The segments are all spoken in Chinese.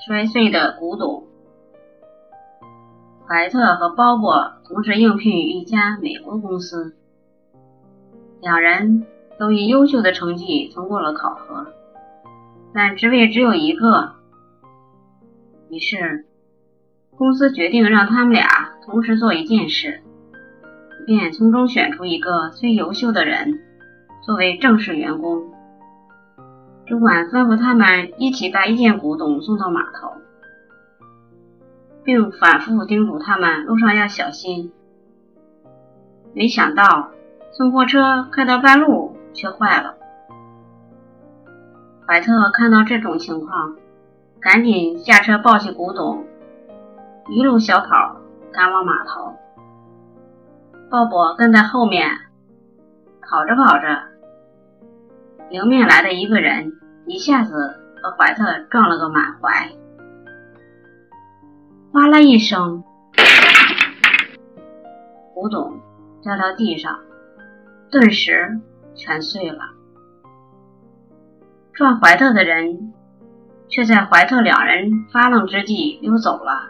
摔碎的古董。怀特和鲍勃同时应聘于一家美国公司，两人都以优秀的成绩通过了考核，但职位只有一个。于是公司决定让他们俩同时做一件事，便从中选出一个最优秀的人作为正式员工。主管吩咐他们一起把一件古董送到码头，并反复叮嘱他们路上要小心。没想到送货车开到半路却坏了。怀特看到这种情况，赶紧下车抱起古董，一路小跑赶往码头。鲍勃跟在后面，跑着跑着，迎面来的一个人一下子和怀特撞了个满怀，哗啦一声，古董掉到地上，顿时全碎了。撞怀特的人却在怀特两人发愣之际溜走了。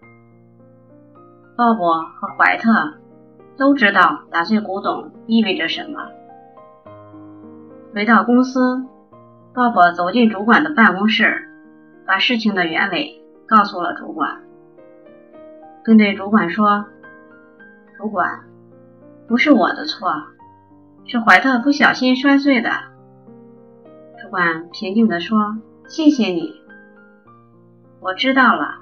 鲍勃和怀特都知道打碎古董意味着什么。回到公司，鲍勃走进主管的办公室，把事情的原委告诉了主管，并对主管说：主管，不是我的错，是怀特不小心摔碎的。主管平静地说：谢谢你，我知道了。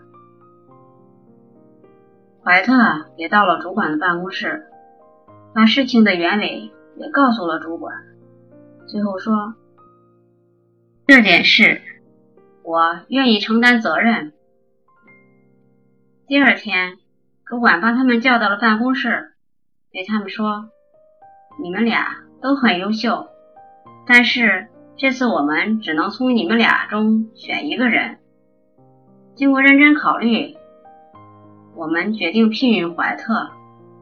怀特也到了主管的办公室，把事情的原委也告诉了主管，最后说：这件事我愿意承担责任。第二天，主管把他们叫到了办公室，对他们说：你们俩都很优秀，但是这次我们只能从你们俩中选一个人。经过认真考虑，我们决定聘用怀特。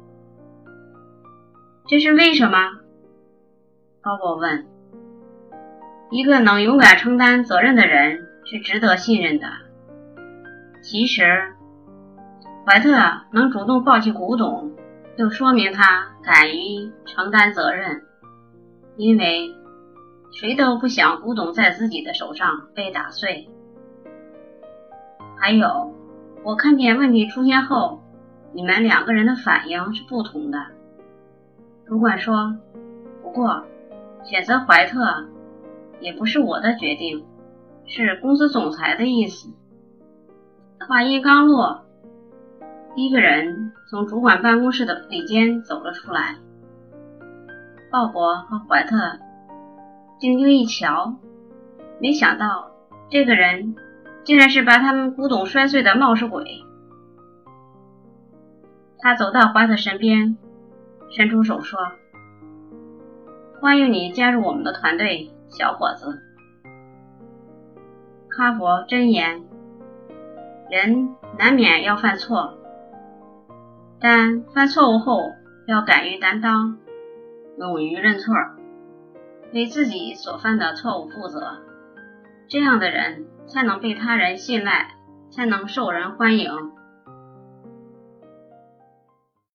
这是为什么？鲍勃问。一个能勇敢承担责任的人是值得信任的。其实怀特能主动抱起古董，就说明他敢于承担责任，因为谁都不想古董在自己的手上被打碎。还有，我看见问题出现后，你们两个人的反应是不同的。主管说，不过选择怀特也不是我的决定，是公司总裁的意思。话音刚落，一个人从主管办公室的里间走了出来。鲍勃和怀特定睛一瞧，没想到这个人竟然是把他们古董摔碎的冒失鬼。他走到怀特身边，伸出手说：欢迎你加入我们的团队，小伙子。哈佛箴言：人难免要犯错，但犯错误后要敢于担当，勇于认错，为自己所犯的错误负责。这样的人才能被他人信赖，才能受人欢迎。